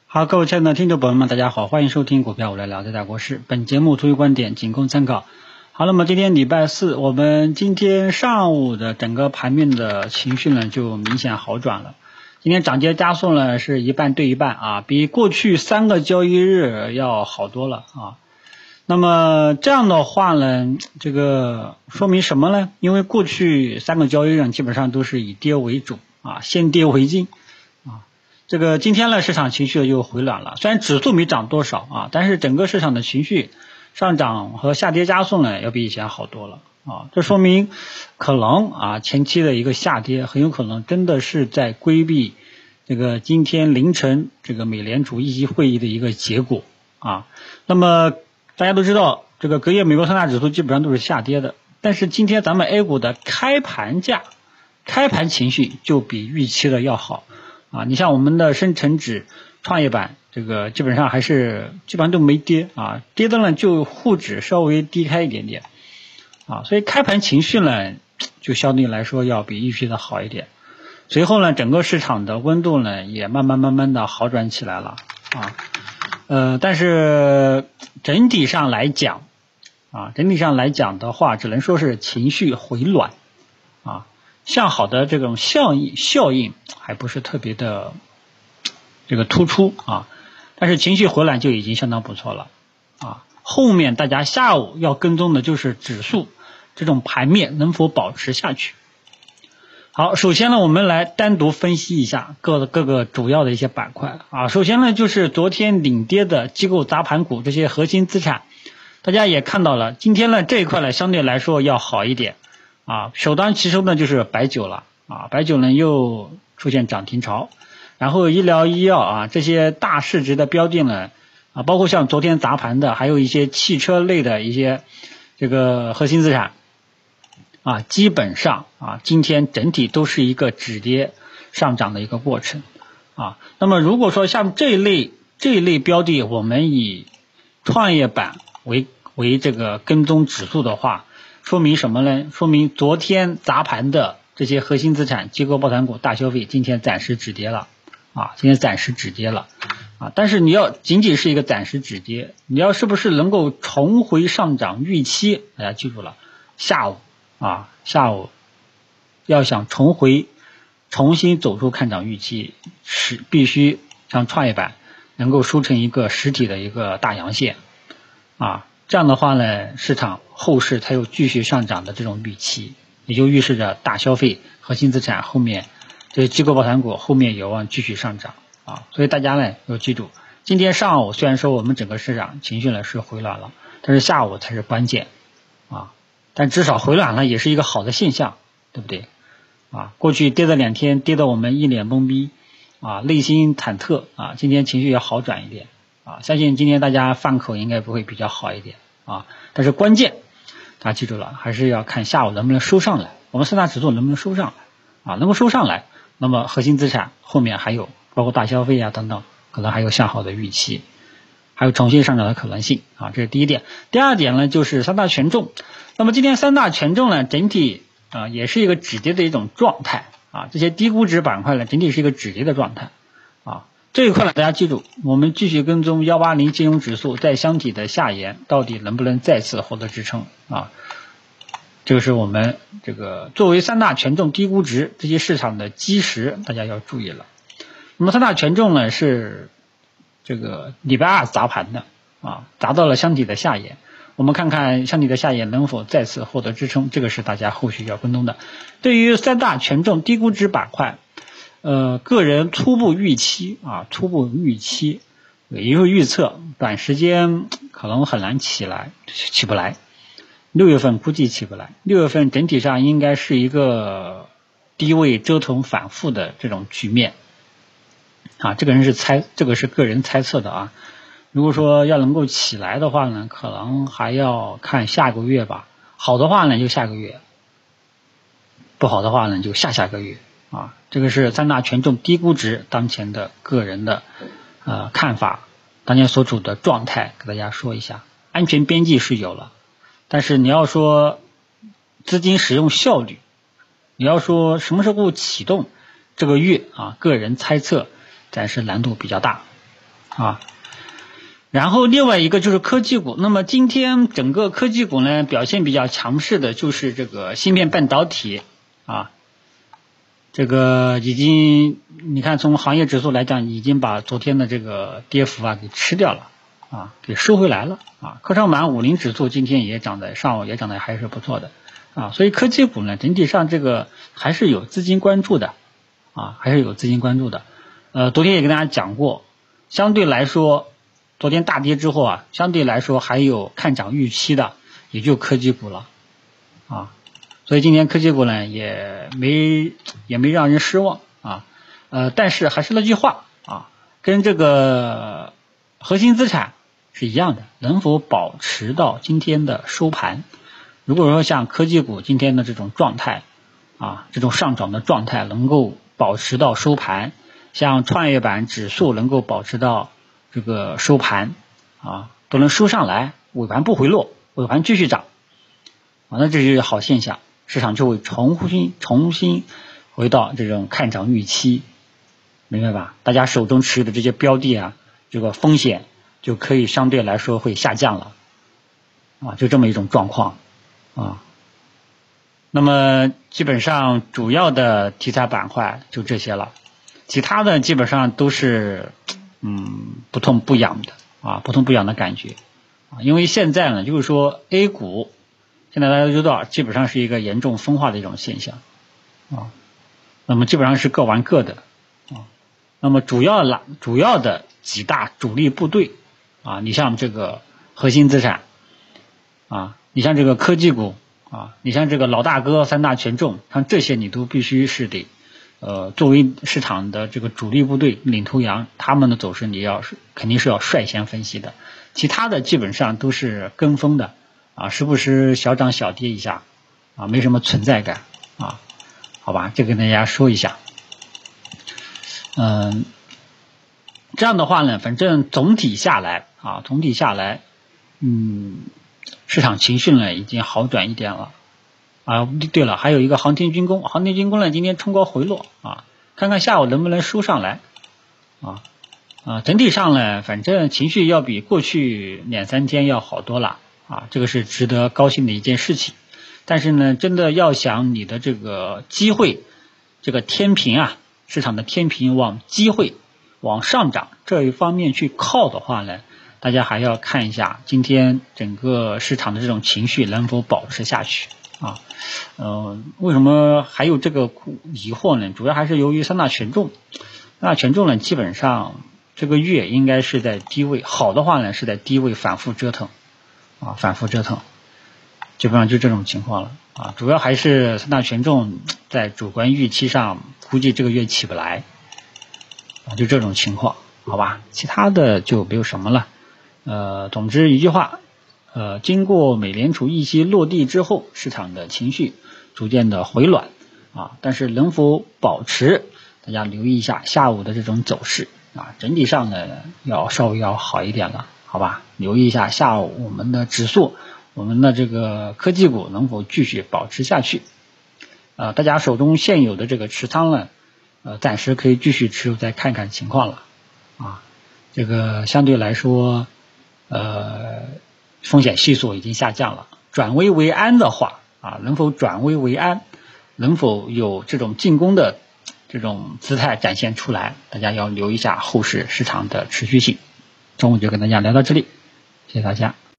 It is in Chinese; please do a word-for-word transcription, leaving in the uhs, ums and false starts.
好，各位亲爱的听众朋友们，大家好，欢迎收听股票我来聊在大国事。本节目出于观点，仅供参考。好，那么今天礼拜四，我们今天上午的整个盘面的情绪呢，就明显好转了。今天涨跌加速呢是一半对一半啊，比过去三个交易日要好多了啊。那么这样的话呢，这个说明什么呢？因为过去三个交易日基本上都是以跌为主啊，先跌为进啊。这个今天呢，市场情绪又回暖了，虽然指数没涨多少啊，但是整个市场的情绪上涨和下跌加速呢，要比以前好多了啊。这说明可能啊，前期的一个下跌很有可能真的是在规避这个今天凌晨这个美联储议息会议的一个结果啊。那么大家都知道，这个隔夜美国三大指数基本上都是下跌的，但是今天咱们 A 股的开盘价、开盘情绪就比预期的要好。啊，你像我们的深成指、创业板，这个基本上还是基本上都没跌啊，跌的呢就沪指稍微低开一点点啊，所以开盘情绪呢就相对来说要比预期的好一点。随后呢，整个市场的温度呢也慢慢慢慢的好转起来了啊，呃，但是整体上来讲啊，整体上来讲的话，只能说是情绪回暖啊。向好的这种效应效应还不是特别的这个突出啊，但是情绪回暖就已经相当不错了啊。后面大家下午要跟踪的就是指数这种盘面能否保持下去。好，首先呢，我们来单独分析一下各各个主要的一些板块啊。首先呢，就是昨天领跌的机构砸盘股这些核心资产，大家也看到了，今天呢这一块呢相对来说要好一点。啊，首当其冲的就是白酒了啊，白酒呢又出现涨停潮，然后医疗医药啊这些大市值的标的呢啊，包括像昨天砸盘的，还有一些汽车类的一些这个核心资产啊，基本上啊今天整体都是一个止跌上涨的一个过程啊。那么如果说像这一类这一类标的，我们以创业板为为这个跟踪指数的话，说明什么呢？说明昨天砸盘的这些核心资产、机构抱团股、大消费，今天暂时止跌了啊！今天暂时止跌了啊！但是你要仅仅是一个暂时止跌，你要是不是能够重回上涨预期？大家记住了，下午啊，下午要想重回、重新走出看涨预期，是必须像创业板能够收成一个实体的一个大阳线啊！这样的话呢，市场后市才有继续上涨的这种预期，也就预示着大消费核心资产后面这些机构抱团股后面有望继续上涨啊。所以大家呢要记住，今天上午虽然说我们整个市场情绪呢是回暖了，但是下午才是关键啊。但至少回暖了也是一个好的现象，对不对啊？过去跌了两天，跌得我们一脸懵逼啊，内心忐忑啊，今天情绪要好转一点。啊，相信今天大家饭口应该不会比较好一点啊，但是关键大家记住了，还是要看下午能不能收上来，我们三大指数能不能收上来啊？能够收上来，那么核心资产后面还有包括大消费啊等等，可能还有向好的预期，还有重新上涨的可能性啊，这是第一点。第二点呢，就是三大权重。那么今天三大权重呢，整体啊也是一个止跌的一种状态啊，这些低估值板块呢，整体是一个止跌的状态啊。这一块呢，大家记住，我们继续跟踪一八零金融指数在箱体的下沿，到底能不能再次获得支撑啊？这个是我们这个作为三大权重低估值这些市场的基石，大家要注意了。那么三大权重呢是这个礼拜二砸盘的啊，砸到了箱体的下沿，我们看看箱体的下沿能否再次获得支撑，这个是大家后续要跟踪的。对于三大权重低估值板块，呃，个人初步预期啊，初步预期，也就是预测，短时间可能很难起来，起不来。六月份估计起不来，六月份整体上应该是一个低位折腾反复的这种局面啊。这个人是猜，这个是个人猜测的啊。如果说要能够起来的话呢，可能还要看下个月吧。好的话呢，就下个月；不好的话呢，就下下个月。啊，这个是三大权重低估值当前的个人的呃看法，当前所处的状态，给大家说一下。安全边际是有了，但是你要说资金使用效率，你要说什么时候启动，这个月啊，个人猜测暂时难度比较大啊。然后另外一个就是科技股，那么今天整个科技股呢表现比较强势的就是这个芯片半导体啊，这个已经你看从行业指数来讲，已经把昨天的这个跌幅啊给吃掉了啊，给收回来了啊。科创板五零指数今天也涨的，上午也涨的还是不错的啊，所以科技股呢整体上这个还是有资金关注的啊，还是有资金关注的。呃，昨天也跟大家讲过，相对来说。昨天大跌之后啊，相对来说还有看涨预期的，也就科技股了啊，所以今天科技股呢也没也没让人失望啊，呃，但是还是那句话啊，跟这个核心资产是一样的，能否保持到今天的收盘？如果说像科技股今天的这种状态啊，这种上涨的状态能够保持到收盘，像创业板指数能够保持到这个收盘啊都能收上来，尾盘不回落，尾盘继续涨啊，那这就是好现象，市场就会重新重新回到这种看涨预期，明白吧？大家手中持有的这些标的啊，这个风险就可以相对来说会下降了啊，就这么一种状况啊。那么基本上主要的题材板块就这些了，其他的基本上都是嗯，不痛不痒的啊，不痛不痒的感觉啊，因为现在呢，就是说 A 股现在大家都知道，基本上是一个严重分化的一种现象啊，那么基本上是各玩各的啊，那么主要了主要的几大主力部队啊，你像这个核心资产啊，你像这个科技股啊，你像这个老大哥三大权重，像这些你都必须是得。呃，作为市场的这个主力部队、领头羊，他们的走势你要是肯定是要率先分析的，其他的基本上都是跟风的啊，时不时小涨小跌一下啊，没什么存在感啊，好吧，这跟大家说一下。嗯，这样的话呢，反正总体下来啊，总体下来，嗯，市场情绪呢已经好转一点了。啊，对了，还有一个航天军工，航天军工呢今天冲高回落啊，看看下午能不能收上来啊啊，整体上呢，反正情绪要比过去两三天要好多了啊，这个是值得高兴的一件事情。但是呢，真的要想你的这个机会，这个天平啊，市场的天平往机会往上涨这一方面去靠的话呢，大家还要看一下今天整个市场的这种情绪能否保持下去。啊，呃，为什么还有这个疑惑呢？主要还是由于三大权重，三大权重呢，基本上这个月应该是在低位，好的话呢是在低位反复折腾，啊，反复折腾，基本上就这种情况了啊。主要还是三大权重在主观预期上，估计这个月起不来，啊，就这种情况，好吧？其他的就没有什么了，呃，总之一句话。呃，经过美联储议息落地之后，市场的情绪逐渐的回暖啊，但是能否保持，大家留意一下下午的这种走势啊，整体上呢要稍微要好一点了，好吧？留意一下下午我们的指数，我们的这个科技股能否继续保持下去啊？大家手中现有的这个持仓呢，呃，暂时可以继续持有，再看看情况了啊。这个相对来说，呃。风险系数已经下降了，转危为安的话啊，能否转危为安，能否有这种进攻的这种姿态展现出来，大家要留意一下后市市场的持续性。中午就跟大家聊到这里，谢谢大家。